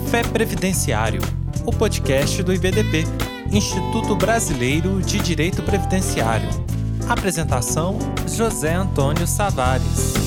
Café Previdenciário, o podcast do IBDP, Instituto Brasileiro de Direito Previdenciário. Apresentação: José Antônio Savares.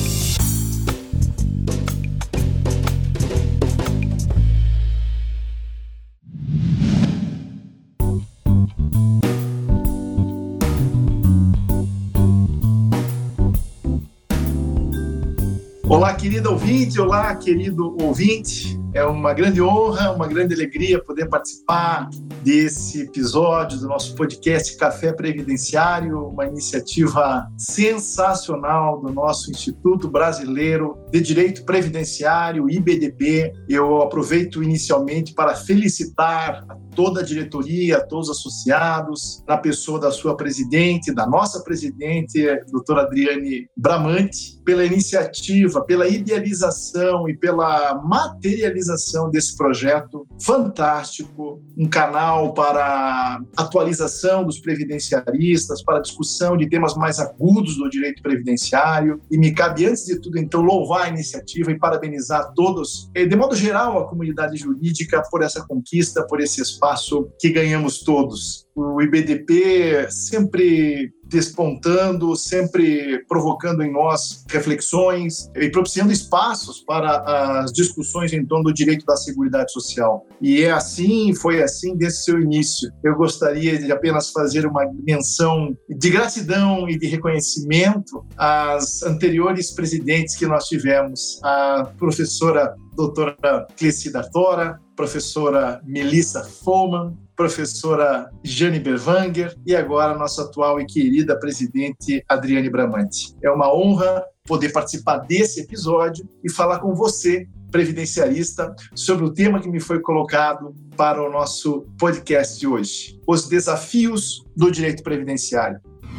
Olá, querida ouvinte, olá, querido ouvinte. É uma grande honra, uma grande alegria poder participar desse episódio do nosso podcast Café Previdenciário, uma iniciativa sensacional do nosso Instituto Brasileiro de Direito Previdenciário, IBDP. Eu aproveito inicialmente para felicitar a toda a diretoria, a todos os associados, na pessoa da sua presidente, da nossa presidente, a doutora Adriane Bramante, pela iniciativa, pela idealização e pela materialização desse projeto fantástico, um canal para atualização dos previdenciaristas, para discussão de temas mais agudos do direito previdenciário. E me cabe, antes de tudo, então, louvar a iniciativa e parabenizar a todos, de modo geral, a comunidade jurídica por essa conquista, por esse espaço que ganhamos todos. O IBDP sempre despontando, sempre provocando em nós reflexões e propiciando espaços para as discussões em torno do direito da Seguridade Social. E é assim, foi assim desde seu início. Eu gostaria de apenas fazer uma menção de gratidão e de reconhecimento às anteriores presidentes que nós tivemos, a professora doutora Cleci D'Artora, professora Melissa Foman, professora Jane Berwanger e agora nossa atual e querida presidente Adriane Bramante. É uma honra poder participar desse episódio e falar com você, previdenciarista, sobre o tema que me foi colocado para o nosso podcast de hoje: os desafios do direito previdenciário.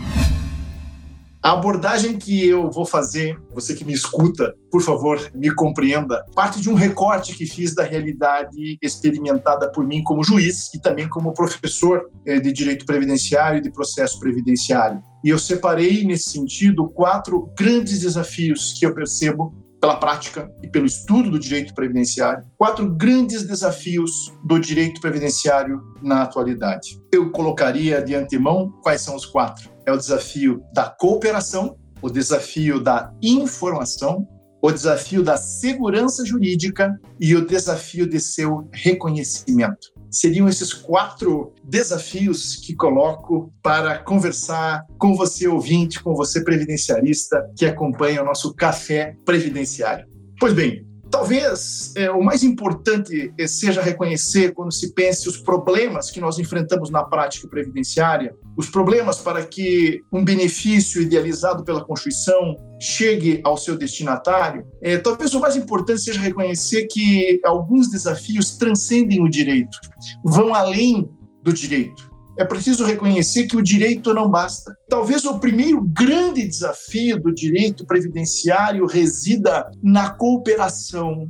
A abordagem que eu vou fazer, você que me escuta, por favor, me compreenda, parte de um recorte que fiz da realidade experimentada por mim como juiz e também como professor de direito previdenciário e de processo previdenciário. E eu separei, nesse sentido, 4 grandes desafios que eu percebo pela prática e pelo estudo do direito previdenciário, 4 grandes desafios do direito previdenciário na atualidade. Eu colocaria de antemão quais são os 4. É o desafio da cooperação, o desafio da informação, o desafio da segurança jurídica e o desafio de seu reconhecimento. Seriam esses 4 desafios que coloco para conversar com você, ouvinte, com você, previdenciarista, que acompanha o nosso Café Previdenciário. Pois bem, talvez o mais importante seja reconhecer, quando se pense os problemas que nós enfrentamos na prática previdenciária, os problemas para que um benefício idealizado pela Constituição chegue ao seu destinatário. Talvez o mais importante seja reconhecer que alguns desafios transcendem o direito, vão além do direito. É preciso reconhecer que o direito não basta. Talvez o primeiro grande desafio do direito previdenciário resida na cooperação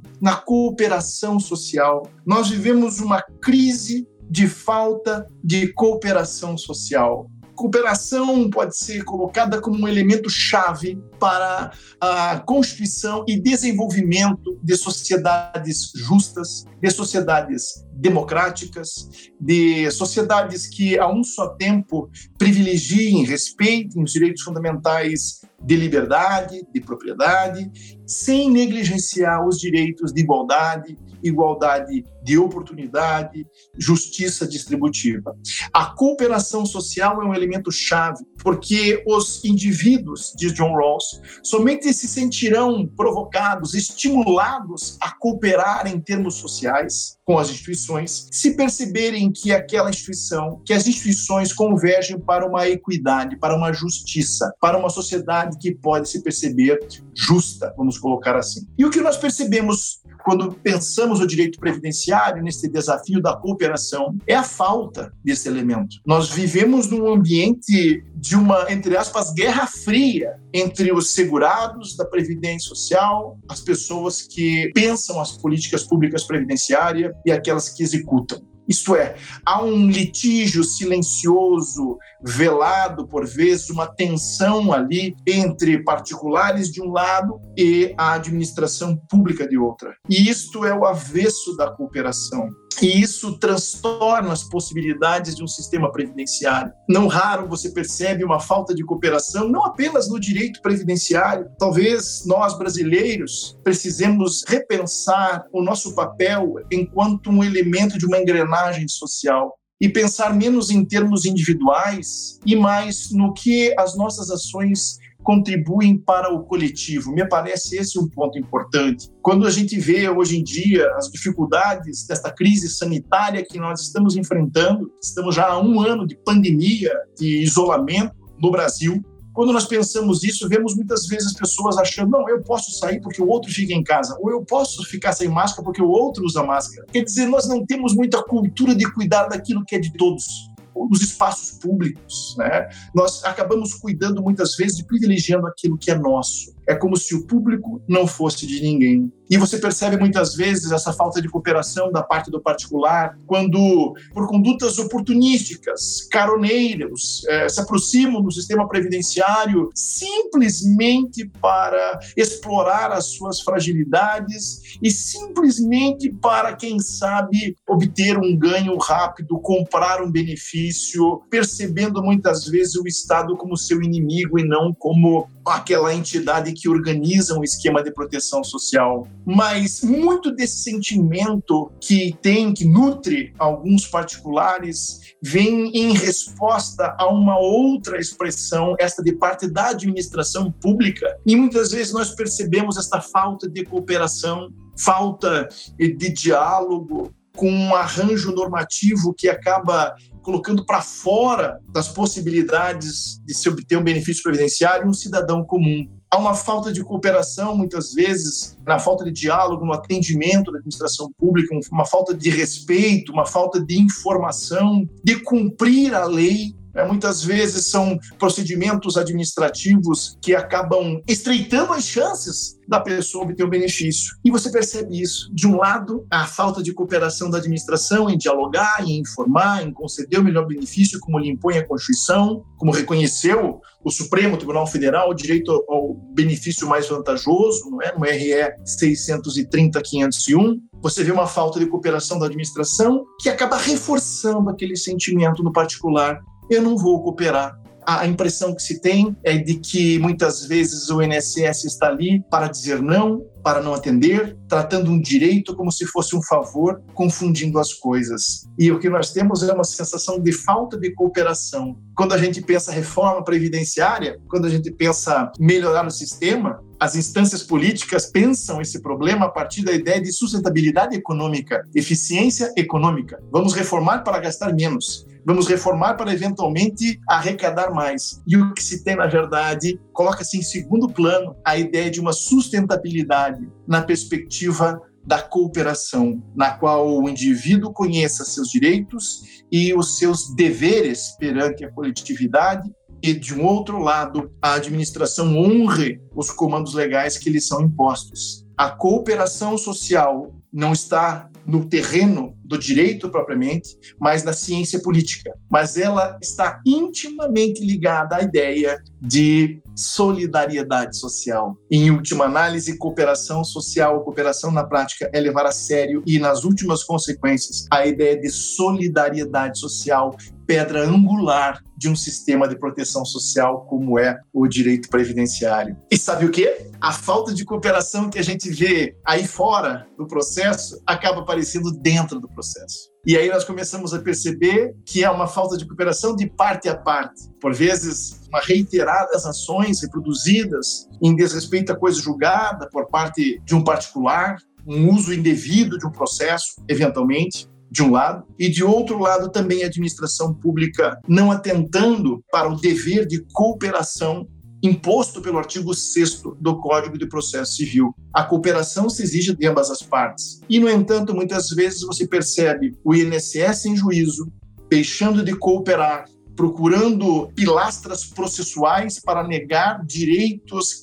social. Nós vivemos uma crise de falta de cooperação social. Cooperação pode ser colocada como um elemento-chave para a constituição e desenvolvimento de sociedades justas, de sociedades democráticas, de sociedades que, a um só tempo, privilegiem, respeitem os direitos fundamentais de liberdade, de propriedade, sem negligenciar os direitos de igualdade de oportunidade, justiça distributiva. A cooperação social é um elemento-chave, porque os indivíduos, diz John Rawls, somente se sentirão provocados, estimulados a cooperar em termos sociais com as instituições, se perceberem que as instituições convergem para uma equidade, para uma justiça, para uma sociedade que pode se perceber justa, vamos colocar assim. E o que nós percebemos quando pensamos o direito previdenciário nesse desafio da cooperação é a falta desse elemento. Nós vivemos num ambiente de uma, entre aspas, guerra fria entre os segurados da Previdência Social, as pessoas que pensam as políticas públicas previdenciárias e aquelas que executam. Isto é, há um litígio silencioso, velado por vezes, uma tensão ali entre particulares de um lado e a administração pública de outra. E isto é o avesso da cooperação. E isso transtorna as possibilidades de um sistema previdenciário. Não raro você percebe uma falta de cooperação, não apenas no direito previdenciário. Talvez nós, brasileiros, precisemos repensar o nosso papel enquanto um elemento de uma engrenagem social e pensar menos em termos individuais e mais no que as nossas ações contribuem para o coletivo. Me parece esse um ponto importante. Quando a gente vê hoje em dia as dificuldades desta crise sanitária que nós estamos enfrentando, estamos já há 1 ano de pandemia, de isolamento no Brasil. Quando nós pensamos isso, vemos muitas vezes as pessoas achando, não, eu posso sair porque o outro fica em casa, ou eu posso ficar sem máscara porque o outro usa máscara. Quer dizer, nós não temos muita cultura de cuidar daquilo que é de todos. Os espaços públicos, né? Nós acabamos cuidando muitas vezes de privilegiando aquilo que é nosso. É como se o público não fosse de ninguém. E você percebe muitas vezes essa falta de cooperação da parte do particular, quando, por condutas oportunísticas, caroneiros, se aproximam do sistema previdenciário simplesmente para explorar as suas fragilidades e simplesmente para, quem sabe, obter um ganho rápido, comprar um benefício, percebendo muitas vezes o Estado como seu inimigo e não como aquela entidade que organiza um esquema de proteção social. Mas muito desse sentimento que nutre alguns particulares, vem em resposta a uma outra expressão, esta de parte da administração pública. E muitas vezes nós percebemos esta falta de cooperação, falta de diálogo, com um arranjo normativo que acaba colocando para fora das possibilidades de se obter um benefício previdenciário um cidadão comum. Há uma falta de cooperação, muitas vezes, na falta de diálogo, no atendimento da administração pública, uma falta de respeito, uma falta de informação, de cumprir a lei. Muitas vezes são procedimentos administrativos que acabam estreitando as chances da pessoa obter o benefício. E você percebe isso. De um lado, a falta de cooperação da administração em dialogar, em informar, em conceder o melhor benefício, como lhe impõe a Constituição, como reconheceu o Supremo Tribunal Federal o direito ao benefício mais vantajoso, não é? No RE 630-501. Você vê uma falta de cooperação da administração que acaba reforçando aquele sentimento no particular. Eu não vou cooperar. A impressão que se tem é de que muitas vezes o INSS está ali para dizer não, para não atender, tratando um direito como se fosse um favor, confundindo as coisas. E o que nós temos é uma sensação de falta de cooperação. Quando a gente pensa reforma previdenciária, quando a gente pensa melhorar o sistema, as instâncias políticas pensam esse problema a partir da ideia de sustentabilidade econômica, eficiência econômica. Vamos reformar para gastar menos. Vamos reformar para, eventualmente, arrecadar mais. E o que se tem, na verdade, coloca-se em segundo plano a ideia de uma sustentabilidade na perspectiva da cooperação, na qual o indivíduo conheça seus direitos e os seus deveres perante a coletividade e, de um outro lado, a administração honre os comandos legais que lhe são impostos. A cooperação social não está no terreno do direito propriamente, mas na ciência política. Mas ela está intimamente ligada à ideia de solidariedade social. Em última análise, cooperação social, cooperação na prática é levar a sério e, nas últimas consequências, a ideia de solidariedade social, pedra angular de um sistema de proteção social como é o direito previdenciário. E sabe o quê? A falta de cooperação que a gente vê aí fora do processo acaba aparecendo dentro do processo. E aí nós começamos a perceber que há uma falta de cooperação de parte a parte. Por vezes, uma reiteradas ações reproduzidas em desrespeito à coisa julgada por parte de um particular, um uso indevido de um processo, eventualmente, de um lado, e de outro lado também a administração pública não atentando para o dever de cooperação imposto pelo artigo 6º do Código de Processo Civil. A cooperação se exige de ambas as partes. E, no entanto, muitas vezes você percebe o INSS em juízo, deixando de cooperar, procurando pilastras processuais para negar direitos que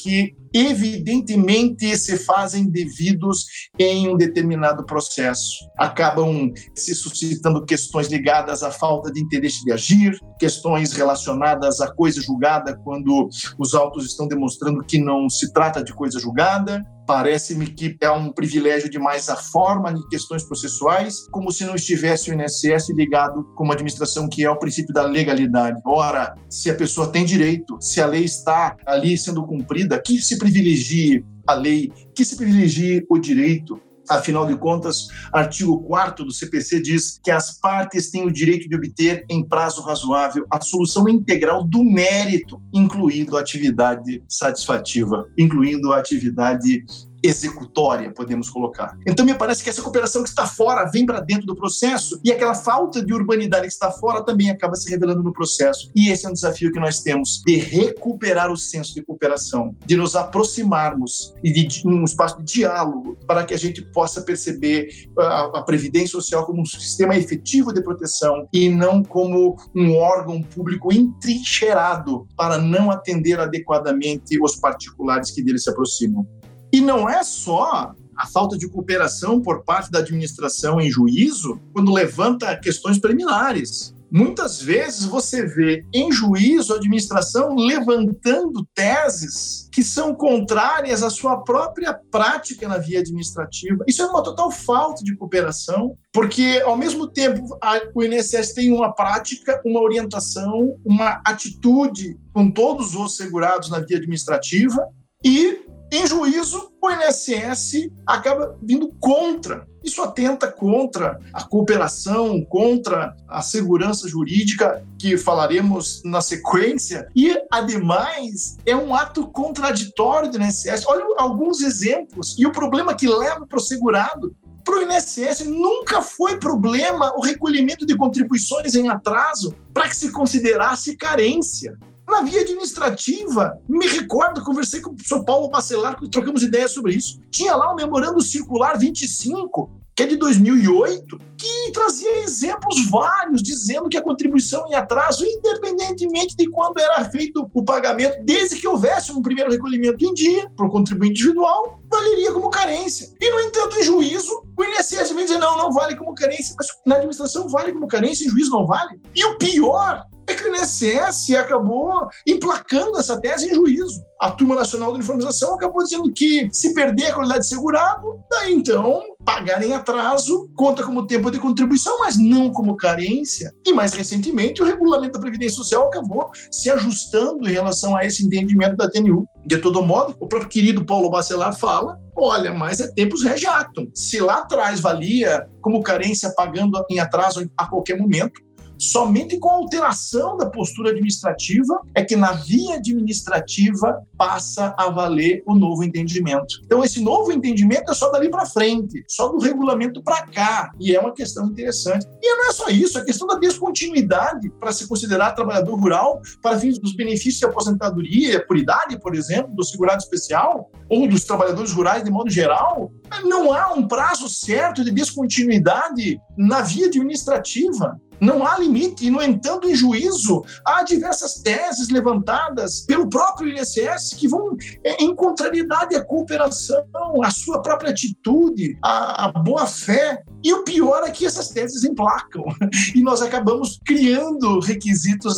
evidentemente se fazem devidos em um determinado processo. Acabam se suscitando questões ligadas à falta de interesse de agir, questões relacionadas à coisa julgada quando os autos estão demonstrando que não se trata de coisa julgada. Parece-me que é um privilégio demais a forma de questões processuais, como se não estivesse o INSS ligado com uma administração que é o princípio da legalidade. Ora, se a pessoa tem direito, se a lei está ali sendo cumprida, que se privilegie a lei, que se privilegie o direito. Afinal de contas, artigo 4º do CPC diz que as partes têm o direito de obter, em prazo razoável, a solução integral do mérito, incluindo a atividade satisfativa, incluindo a atividade executória, podemos colocar. Então, me parece que essa cooperação que está fora vem para dentro do processo e aquela falta de urbanidade que está fora também acaba se revelando no processo. E esse é um desafio que nós temos, de recuperar o senso de cooperação, de nos aproximarmos e de um espaço de diálogo para que a gente possa perceber a Previdência Social como um sistema efetivo de proteção e não como um órgão público entrincheirado para não atender adequadamente os particulares que dele se aproximam. E não é só a falta de cooperação por parte da administração em juízo quando levanta questões preliminares. Muitas vezes você vê em juízo a administração levantando teses que são contrárias à sua própria prática na via administrativa. Isso é uma total falta de cooperação, porque, ao mesmo tempo, o INSS tem uma prática, uma orientação, uma atitude com todos os segurados na via administrativa e, em juízo, o INSS acaba vindo contra. Isso atenta contra a cooperação, contra a segurança jurídica, que falaremos na sequência. E, ademais, é um ato contraditório do INSS. Olha alguns exemplos. E o problema que leva para o segurado. Para o INSS nunca foi problema o recolhimento de contribuições em atraso para que se considerasse carência. Na via administrativa, me recordo, conversei com o professor Paulo Bacelar, trocamos ideias sobre isso. Tinha lá o memorando circular 25, que é de 2008, que trazia exemplos vários, dizendo que a contribuição em atraso, independentemente de quando era feito o pagamento, desde que houvesse um primeiro recolhimento em dia, para o contribuinte individual, valeria como carência. E, no entanto, em juízo, o INSS vem dizer, não vale como carência, mas na administração vale como carência, em juízo não vale. E o pior é que o INSS acabou emplacando essa tese em juízo. A Turma Nacional de Uniformização acabou dizendo que se perder a qualidade de segurado, daí então pagar em atraso conta como tempo de contribuição, mas não como carência. E mais recentemente o regulamento da Previdência Social acabou se ajustando em relação a esse entendimento da TNU. De todo modo, o próprio querido Paulo Bacelar fala, olha, mas é tempus regiatum. Se lá atrás valia como carência pagando em atraso a qualquer momento, somente com a alteração da postura administrativa é que na via administrativa passa a valer o novo entendimento. Então, esse novo entendimento é só dali para frente, só do regulamento para cá, e é uma questão interessante. E não é só isso, a questão da descontinuidade para se considerar trabalhador rural para fins dos benefícios de aposentadoria, por idade, por exemplo, do segurado especial, ou dos trabalhadores rurais de modo geral, não há um prazo certo de descontinuidade na via administrativa. Não há limite, e, no entanto, em juízo, há diversas teses levantadas pelo próprio INSS que vão em contrariedade à cooperação, à sua própria atitude, à boa-fé. E o pior é que essas teses emplacam. E nós acabamos criando requisitos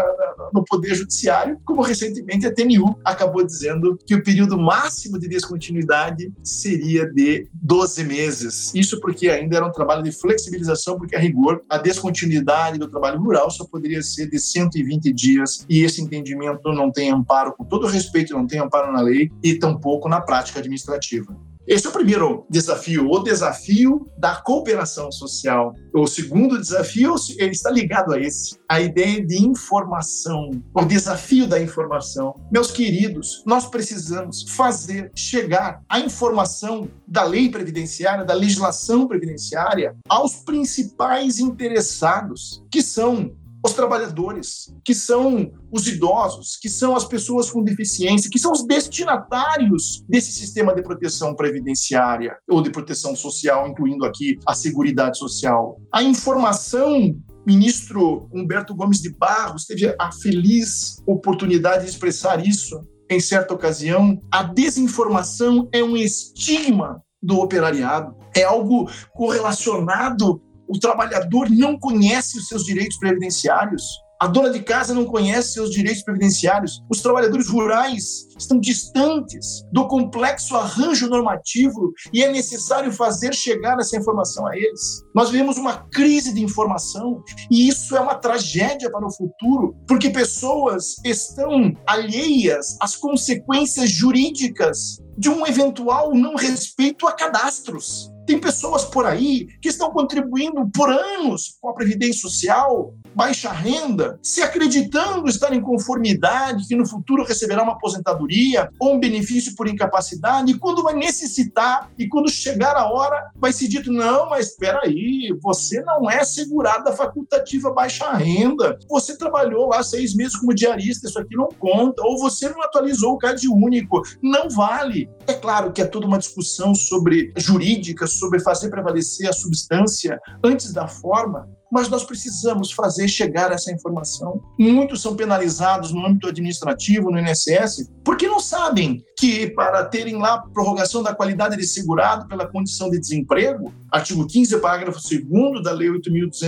no Poder Judiciário, como recentemente a TNU acabou dizendo que o período máximo de descontinuidade seria de 12 meses. Isso porque ainda era um trabalho de flexibilização, porque, a rigor, a descontinuidade do trabalho rural só poderia ser de 120 dias, e esse entendimento não tem amparo, com todo respeito, não tem amparo na lei e tampouco na prática administrativa. Esse é o primeiro desafio, o desafio da cooperação social. O segundo desafio, ele está ligado a esse, a ideia de informação, o desafio da informação. Meus queridos, nós precisamos fazer chegar a informação da lei previdenciária, da legislação previdenciária, aos principais interessados, que são os trabalhadores, que são os idosos, que são as pessoas com deficiência, que são os destinatários desse sistema de proteção previdenciária ou de proteção social, incluindo aqui a Seguridade Social. A informação, ministro Humberto Gomes de Barros teve a feliz oportunidade de expressar isso em certa ocasião, a desinformação é um estigma do operariado, é algo correlacionado. O trabalhador não conhece os seus direitos previdenciários. A dona de casa não conhece seus direitos previdenciários. Os trabalhadores rurais estão distantes do complexo arranjo normativo e é necessário fazer chegar essa informação a eles. Nós vivemos uma crise de informação e isso é uma tragédia para o futuro, porque pessoas estão alheias às consequências jurídicas de um eventual não respeito a cadastros. Tem pessoas por aí que estão contribuindo por anos com a Previdência Social, baixa renda, se acreditando estar em conformidade, que no futuro receberá uma aposentadoria ou um benefício por incapacidade, e quando vai necessitar, e quando chegar a hora, vai ser dito, não, mas espera aí, você não é segurada facultativa baixa renda, você trabalhou lá 6 meses como diarista, isso aqui não conta, ou você não atualizou o CAD único, não vale. É claro que é toda uma discussão sobre jurídica, sobre fazer prevalecer a substância antes da forma, mas nós precisamos fazer chegar essa informação. Muitos são penalizados no âmbito administrativo, no INSS, porque não sabem que para terem lá prorrogação da qualidade de segurado pela condição de desemprego, artigo 15, parágrafo 2º da Lei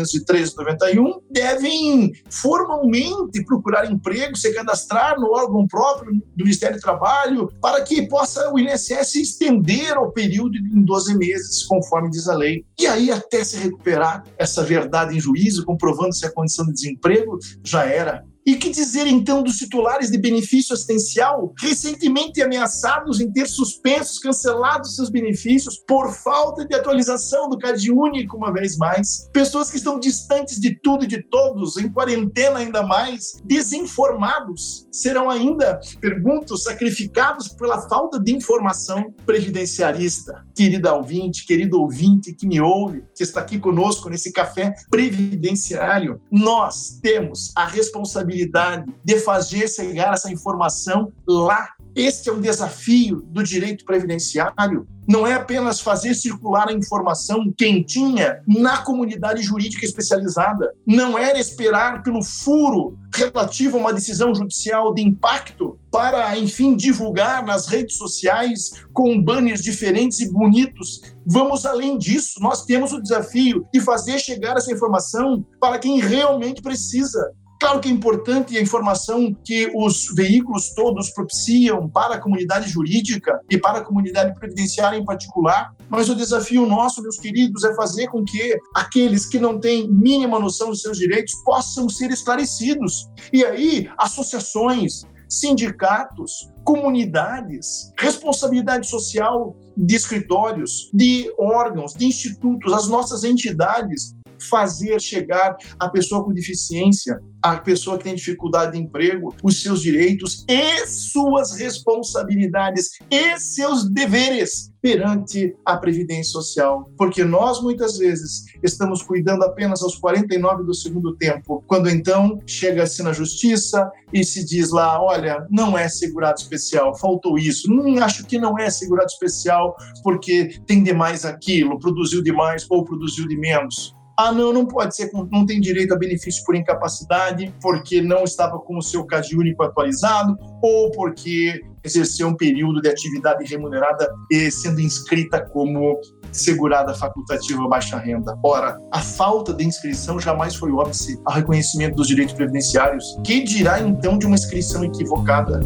8.213/91, devem formalmente procurar emprego, se cadastrar no órgão próprio do Ministério do Trabalho, para que possa o INSS estender o período em 12 meses, conforme diz a lei. E aí, até se recuperar essa verdade em juízo, comprovando-se a condição de desemprego, já era. E que dizer, então, dos titulares de benefício assistencial recentemente ameaçados em ter suspensos, cancelados seus benefícios por falta de atualização do CAD único, uma vez mais? Pessoas que estão distantes de tudo e de todos, em quarentena ainda mais, desinformados, serão ainda, pergunto, sacrificados pela falta de informação previdenciarista. Querida ouvinte, querido ouvinte que me ouve, que está aqui conosco nesse café previdenciário, nós temos a responsabilidade de fazer chegar essa informação lá. Este é um desafio do direito previdenciário. Não é apenas fazer circular a informação quentinha na comunidade jurídica especializada. Não era esperar pelo furo relativo a uma decisão judicial de impacto para, enfim, divulgar nas redes sociais com banners diferentes e bonitos. Vamos além disso. Nós temos o desafio de fazer chegar essa informação para quem realmente precisa. Claro que é importante a informação que os veículos todos propiciam para a comunidade jurídica e para a comunidade previdenciária em particular, mas o desafio nosso, meus queridos, é fazer com que aqueles que não têm mínima noção dos seus direitos possam ser esclarecidos. E aí, associações, sindicatos, comunidades, responsabilidade social de escritórios, de órgãos, de institutos, as nossas entidades, fazer chegar a pessoa com deficiência, a pessoa que tem dificuldade de emprego, os seus direitos e suas responsabilidades e seus deveres perante a Previdência Social. Porque nós, muitas vezes, estamos cuidando apenas aos 49 do segundo tempo, quando então chega-se na Justiça e se diz lá, olha, não é segurado especial, faltou isso, acho que não é segurado especial porque tem demais aquilo, produziu demais ou produziu de menos. Ah, não pode ser, não tem direito a benefício por incapacidade porque não estava com o seu CAD único atualizado ou porque exerceu um período de atividade remunerada e sendo inscrita como segurada facultativa baixa renda. Ora, a falta de inscrição jamais foi óbice ao reconhecimento dos direitos previdenciários. Que dirá, então, de uma inscrição equivocada?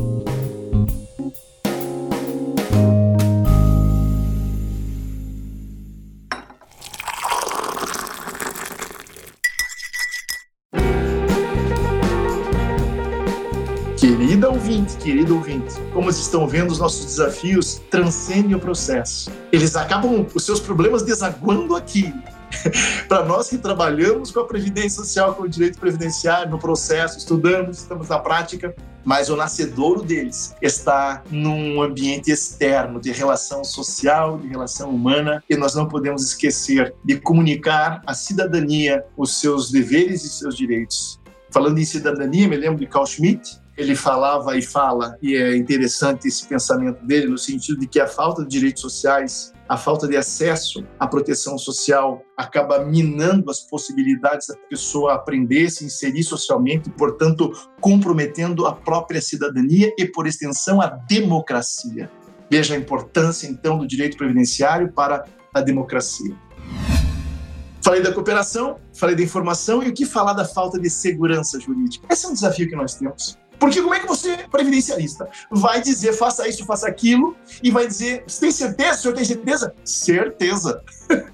Querido ouvinte, como vocês estão vendo, os nossos desafios transcendem o processo. Eles acabam, os seus problemas desaguando aqui. Para nós que trabalhamos com a Previdência Social, com o direito previdenciário, no processo, estudamos, estamos na prática, mas o nascedouro deles está num ambiente externo de relação social, de relação humana, e nós não podemos esquecer de comunicar à cidadania os seus deveres e seus direitos. Falando em cidadania, me lembro de Carl Schmitt. ele falava e fala, e é interessante esse pensamento dele, no sentido de que a falta de direitos sociais, a falta de acesso à proteção social acaba minando as possibilidades da pessoa aprender, se inserir socialmente, portanto, comprometendo a própria cidadania e, por extensão, a democracia. Veja a importância, então, do direito previdenciário para a democracia. Falei da cooperação, falei da informação, e o que falar da falta de segurança jurídica? Esse é um desafio que nós temos. Porque como é que você, previdenciarista, vai dizer faça isso, faça aquilo, e vai dizer, você tem certeza? O senhor tem certeza? Certeza.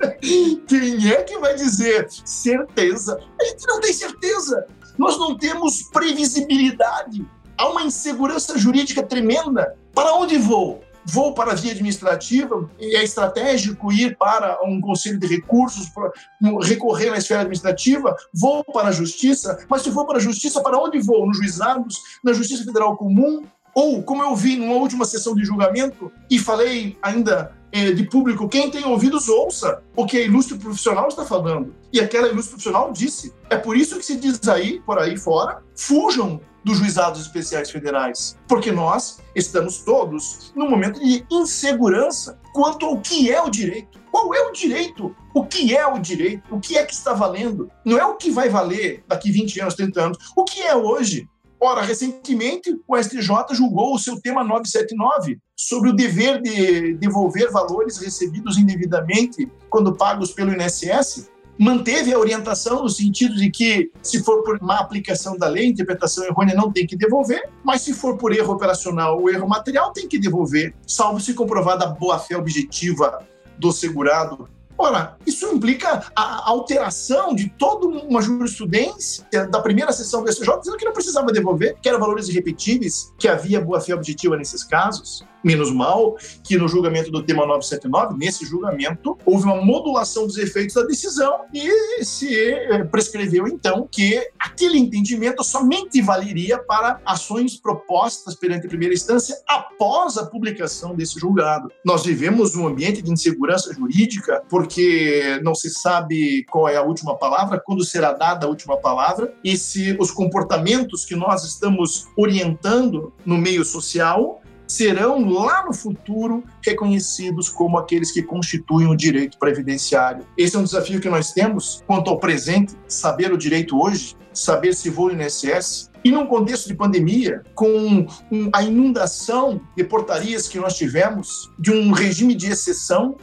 Quem é que vai dizer certeza? A gente não tem certeza. Nós não temos previsibilidade. Há uma insegurança jurídica tremenda. Para onde vou? Vou para a via administrativa, e é estratégico ir para um conselho de recursos, recorrer na esfera administrativa, vou para a justiça, mas se for para a justiça, para onde vou? Nos juizados, na Justiça Federal Comum? Ou, como eu vi numa última sessão de julgamento, e falei ainda de público, quem tem ouvidos ouça o que a ilustre profissional está falando. E aquela ilustre profissional disse, é por isso que se diz aí, por aí fora, fujam dos juizados especiais federais, porque nós estamos todos num momento de insegurança quanto ao que é o direito. Qual é o direito? O que é o direito? O que é que está valendo? Não é o que vai valer daqui 20 anos, 30 anos. O que é hoje? Ora, recentemente o STJ julgou o seu tema 979 sobre o dever de devolver valores recebidos indevidamente quando pagos pelo INSS. Manteve a orientação no sentido de que, se for por má aplicação da lei, interpretação errônea, não tem que devolver, mas se for por erro operacional ou erro material, tem que devolver, salvo se comprovada a boa-fé objetiva do segurado. Ora, isso implica a alteração de toda uma jurisprudência da primeira sessão do STJ, dizendo que não precisava devolver, que eram valores irrepetíveis, que havia boa-fé objetiva nesses casos. Menos mal que no julgamento do tema 979, nesse julgamento, houve uma modulação dos efeitos da decisão e se prescreveu, então, que aquele entendimento somente valeria para ações propostas perante a primeira instância após a publicação desse julgado. Nós vivemos um ambiente de insegurança jurídica porque não se sabe qual é a última palavra, quando será dada a última palavra, e se os comportamentos que nós estamos orientando no meio social serão lá no futuro reconhecidos como aqueles que constituem o direito previdenciário. Esse é um desafio que nós temos quanto ao presente, saber o direito hoje, saber se vou no INSS. E num contexto de pandemia, com a inundação de portarias que nós tivemos, de um regime de exceção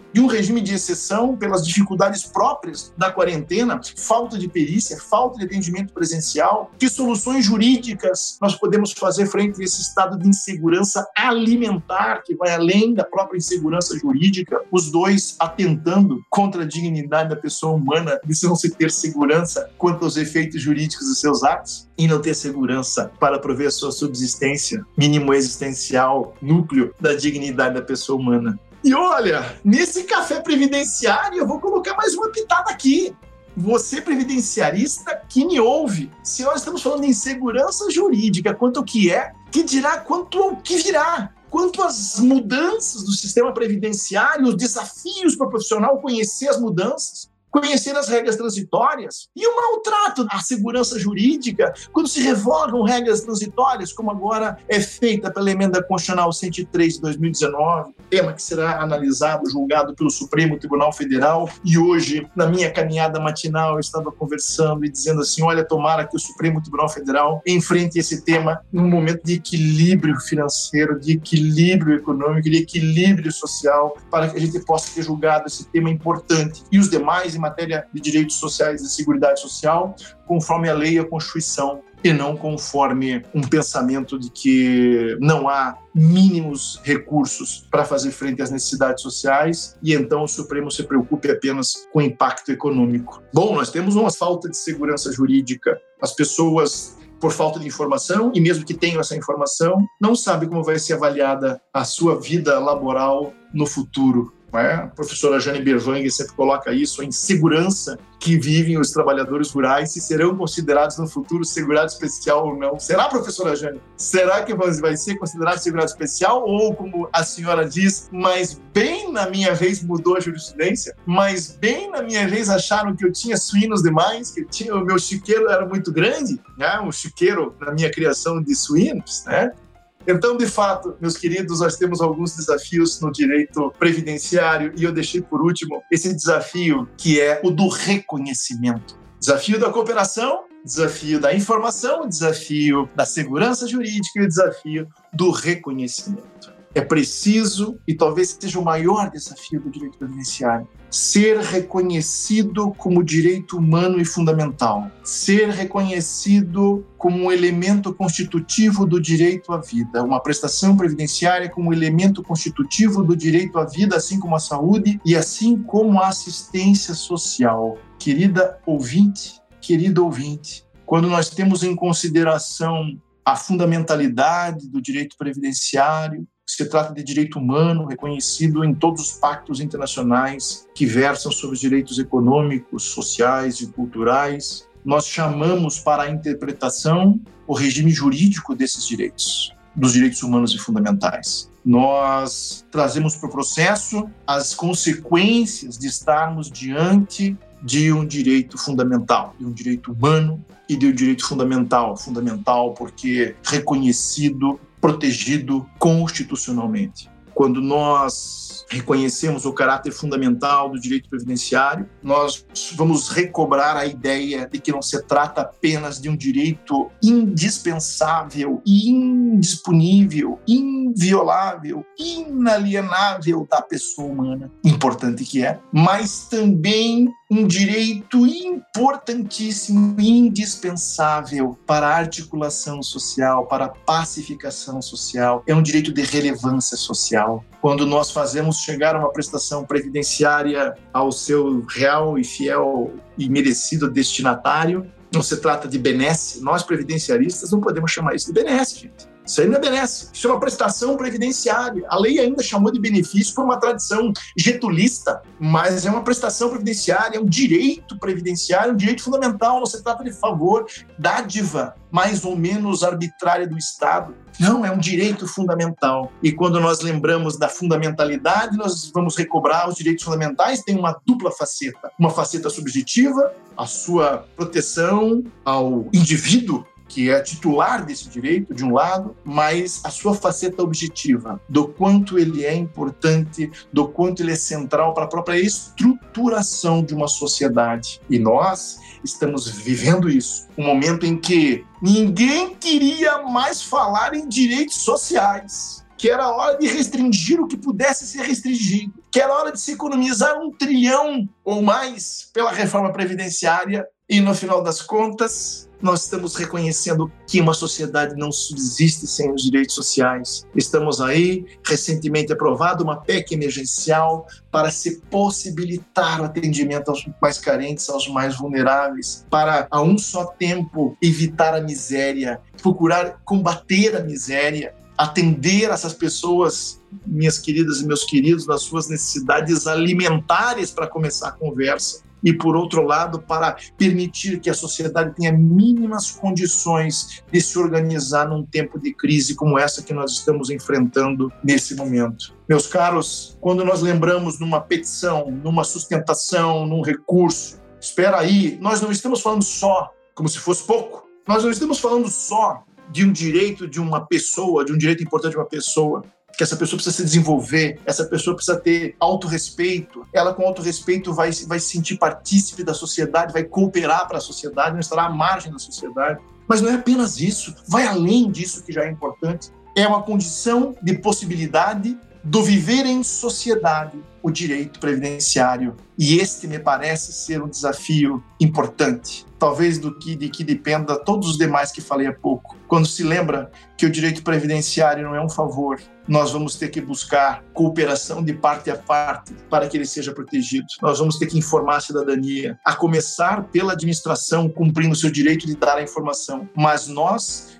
pelas dificuldades próprias da quarentena, falta de perícia, falta de atendimento presencial, que soluções jurídicas nós podemos fazer frente a esse estado de insegurança alimentar, que vai além da própria insegurança jurídica, os dois atentando contra a dignidade da pessoa humana, de não se ter segurança quanto aos efeitos jurídicos dos seus atos, e não ter segurança para prover a sua subsistência, mínimo existencial, núcleo da dignidade da pessoa humana. E olha, nesse café previdenciário eu vou colocar mais uma pitada aqui. Você, previdenciarista, que me ouve, se nós estamos falando de insegurança jurídica, quanto ao que é, que dirá quanto ao que virá. Quanto às mudanças do sistema previdenciário, os desafios para o profissional conhecer as mudanças, conhecer as regras transitórias e o maltrato à segurança jurídica quando se revogam regras transitórias, como agora é feita pela Emenda Constitucional 103 de 2019, tema que será analisado, julgado pelo Supremo Tribunal Federal. E hoje, na minha caminhada matinal, eu estava conversando e dizendo assim, olha, tomara que o Supremo Tribunal Federal enfrente esse tema num momento de equilíbrio financeiro, de equilíbrio econômico, de equilíbrio social, para que a gente possa ter julgado esse tema importante. E os demais, em matéria de direitos sociais e de seguridade social, conforme a lei e a Constituição, e não conforme um pensamento de que não há mínimos recursos para fazer frente às necessidades sociais e então o Supremo se preocupe apenas com o impacto econômico. Bom, nós temos uma falta de segurança jurídica. As pessoas, por falta de informação, e mesmo que tenham essa informação, não sabem como vai ser avaliada a sua vida laboral no futuro. não é? A professora Jane Berwanger sempre coloca isso, a insegurança que vivem os trabalhadores rurais, se serão considerados no futuro segurado especial ou não. Será, professora Jane? Será que vai ser considerado segurado especial? Ou, como a senhora diz, mas bem na minha vez mudou a jurisprudência, mas bem na minha vez acharam que eu tinha suínos demais, que o meu chiqueiro era muito grande, né? Um chiqueiro na minha criação de suínos, né? Então, de fato, meus queridos, nós temos alguns desafios no direito previdenciário e eu deixei por último esse desafio que é o do reconhecimento. Desafio da cooperação, desafio da informação, desafio da segurança jurídica e o desafio do reconhecimento. É preciso, e talvez seja o maior desafio do direito previdenciário, ser reconhecido como direito humano e fundamental, ser reconhecido como um elemento constitutivo do direito à vida, uma prestação previdenciária como um elemento constitutivo do direito à vida, assim como a saúde e assim como a assistência social. Querida ouvinte, querido ouvinte, quando nós temos em consideração a fundamentalidade do direito previdenciário, se trata de direito humano reconhecido em todos os pactos internacionais que versam sobre os direitos econômicos, sociais e culturais. Nós chamamos para a interpretação o regime jurídico desses direitos, dos direitos humanos e fundamentais. Nós trazemos para o processo as consequências de estarmos diante de um direito fundamental, de um direito humano e de um direito fundamental. Fundamental porque reconhecido, protegido constitucionalmente. Quando nós reconhecemos o caráter fundamental do direito previdenciário, nós vamos recobrar a ideia de que não se trata apenas de um direito indispensável, indisponível, inviolável, inalienável da pessoa humana, importante que é, mas também um direito importantíssimo, indispensável para a articulação social, para a pacificação social. É um direito de relevância social. Quando nós fazemos chegar uma prestação previdenciária ao seu real e fiel e merecido destinatário, não se trata de benesse. Nós, previdenciaristas, não podemos chamar isso de benesse, gente. Isso aí não é benesse, isso é uma prestação previdenciária. A lei ainda chamou de benefício por uma tradição getulista, mas é uma prestação previdenciária, é um direito previdenciário, um direito fundamental. Não se trata de favor, dádiva mais ou menos arbitrária do Estado. Não, é um direito fundamental. E quando nós lembramos da fundamentalidade, nós vamos recobrar os direitos fundamentais. Tem uma dupla faceta. Uma faceta subjetiva, a sua proteção ao indivíduo, que é titular desse direito, de um lado, mas a sua faceta objetiva, do quanto ele é importante, do quanto ele é central para a própria estruturação de uma sociedade. E nós estamos vivendo isso, um momento em que ninguém queria mais falar em direitos sociais, que era hora de restringir o que pudesse ser restringido, que era hora de se economizar 1 trilhão ou mais pela reforma previdenciária, e no final das contas nós estamos reconhecendo que uma sociedade não subsiste sem os direitos sociais. Estamos aí, recentemente aprovada uma PEC emergencial para se possibilitar o atendimento aos mais carentes, aos mais vulneráveis, para a um só tempo evitar a miséria, procurar combater a miséria, atender essas pessoas, minhas queridas e meus queridos, nas suas necessidades alimentares, para começar a conversa. E, por outro lado, para permitir que a sociedade tenha mínimas condições de se organizar num tempo de crise como essa que nós estamos enfrentando nesse momento. Meus caros, quando nós lembramos numa petição, numa sustentação, num recurso, espera aí, nós não estamos falando só, como se fosse pouco, nós não estamos falando só de um direito de uma pessoa, de um direito importante de uma pessoa, que essa pessoa precisa se desenvolver, essa pessoa precisa ter autorrespeito, ela com autorrespeito vai se sentir partícipe da sociedade, vai cooperar para a sociedade, não estará à margem da sociedade. Mas não é apenas isso, vai além disso que já é importante. É uma condição de possibilidade do viver em sociedade, o direito previdenciário. E este me parece ser um desafio importante, talvez de que dependa todos os demais que falei há pouco. Quando se lembra que o direito previdenciário não é um favor, nós vamos ter que buscar cooperação de parte a parte para que ele seja protegido. Nós vamos ter que informar a cidadania, a começar pela administração cumprindo o seu direito de dar a informação. Mas nós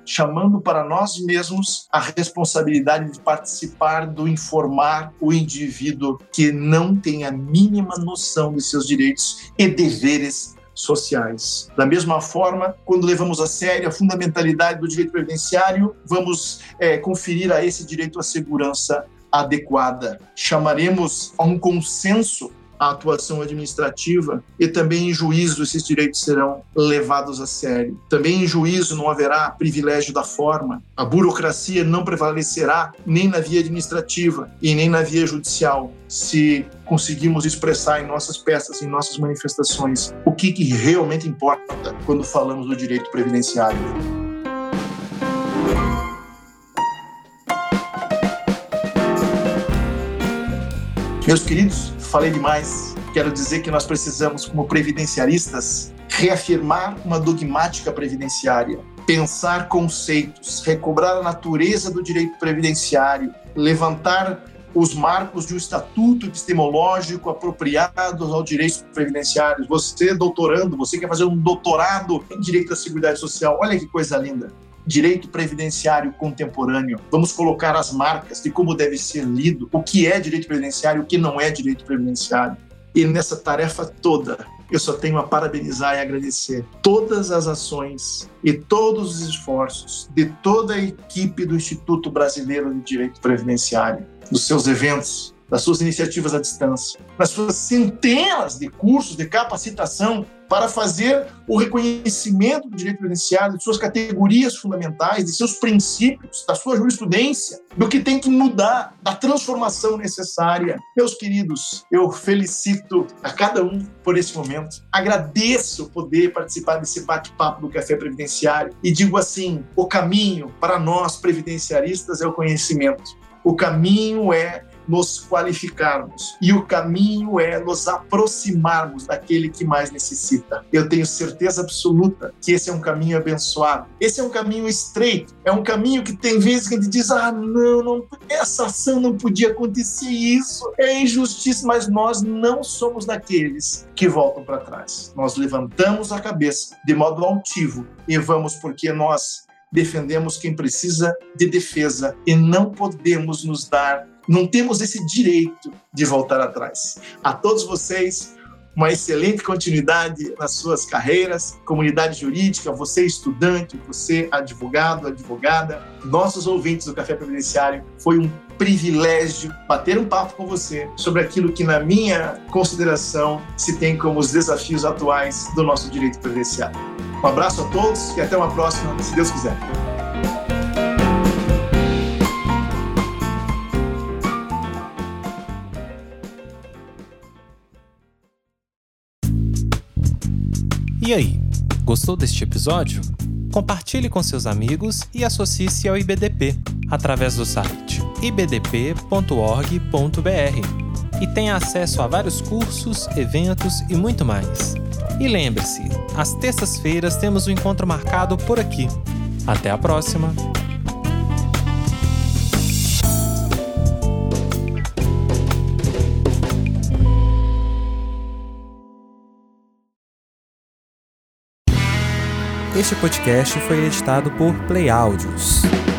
chamando para nós mesmos a responsabilidade de participar do informar o indivíduo que não tem a mínima noção de seus direitos e deveres sociais. Da mesma forma, quando levamos a sério a fundamentalidade do direito previdenciário, vamos conferir a esse direito a segurança adequada. Chamaremos a um consenso a atuação administrativa e também em juízo esses direitos serão levados a sério. Também em juízo não haverá privilégio da forma. A burocracia não prevalecerá nem na via administrativa e nem na via judicial, se conseguimos expressar em nossas peças, em nossas manifestações, o que realmente importa quando falamos do direito previdenciário. Meus queridos, falei demais. Quero dizer que nós precisamos, como previdenciaristas, reafirmar uma dogmática previdenciária, pensar conceitos, recobrar a natureza do direito previdenciário, levantar os marcos de um estatuto epistemológico apropriados ao direito previdenciário. Você, doutorando, você quer fazer um doutorado em direito à seguridade social, olha que coisa linda. Direito previdenciário contemporâneo. Vamos colocar as marcas de como deve ser lido, o que é direito previdenciário, o que não é direito previdenciário. E nessa tarefa toda, eu só tenho a parabenizar e agradecer todas as ações e todos os esforços de toda a equipe do Instituto Brasileiro de Direito Previdenciário, dos seus eventos, das suas iniciativas à distância, das suas centenas de cursos de capacitação para fazer o reconhecimento do direito previdenciário, de suas categorias fundamentais, de seus princípios, da sua jurisprudência, do que tem que mudar, da transformação necessária. Meus queridos, eu felicito a cada um por esse momento. Agradeço poder participar desse bate-papo do Café Previdenciário e digo assim, o caminho para nós previdenciaristas é o conhecimento. O caminho é nos qualificarmos e o caminho é nos aproximarmos daquele que mais necessita. Eu tenho certeza absoluta que esse é um caminho abençoado. Esse é um caminho estreito, é um caminho que tem vezes que a gente diz, não, essa ação não podia acontecer isso, é injustiça, mas nós não somos daqueles que voltam para trás. Nós levantamos a cabeça de modo altivo e vamos porque nós defendemos quem precisa de defesa e não podemos nos dar. Não temos esse direito de voltar atrás. A todos vocês, uma excelente continuidade nas suas carreiras, comunidade jurídica, você estudante, você advogado, advogada, nossos ouvintes do Café Previdenciário, foi um privilégio bater um papo com você sobre aquilo que, na minha consideração, se tem como os desafios atuais do nosso direito previdenciário. Um abraço a todos e até uma próxima, se Deus quiser. E aí, gostou deste episódio? Compartilhe com seus amigos e associe-se ao IBDP através do site ibdp.org.br e tenha acesso a vários cursos, eventos e muito mais. E lembre-se, às terças-feiras temos um encontro marcado por aqui. Até a próxima! Este podcast foi editado por Play Áudios.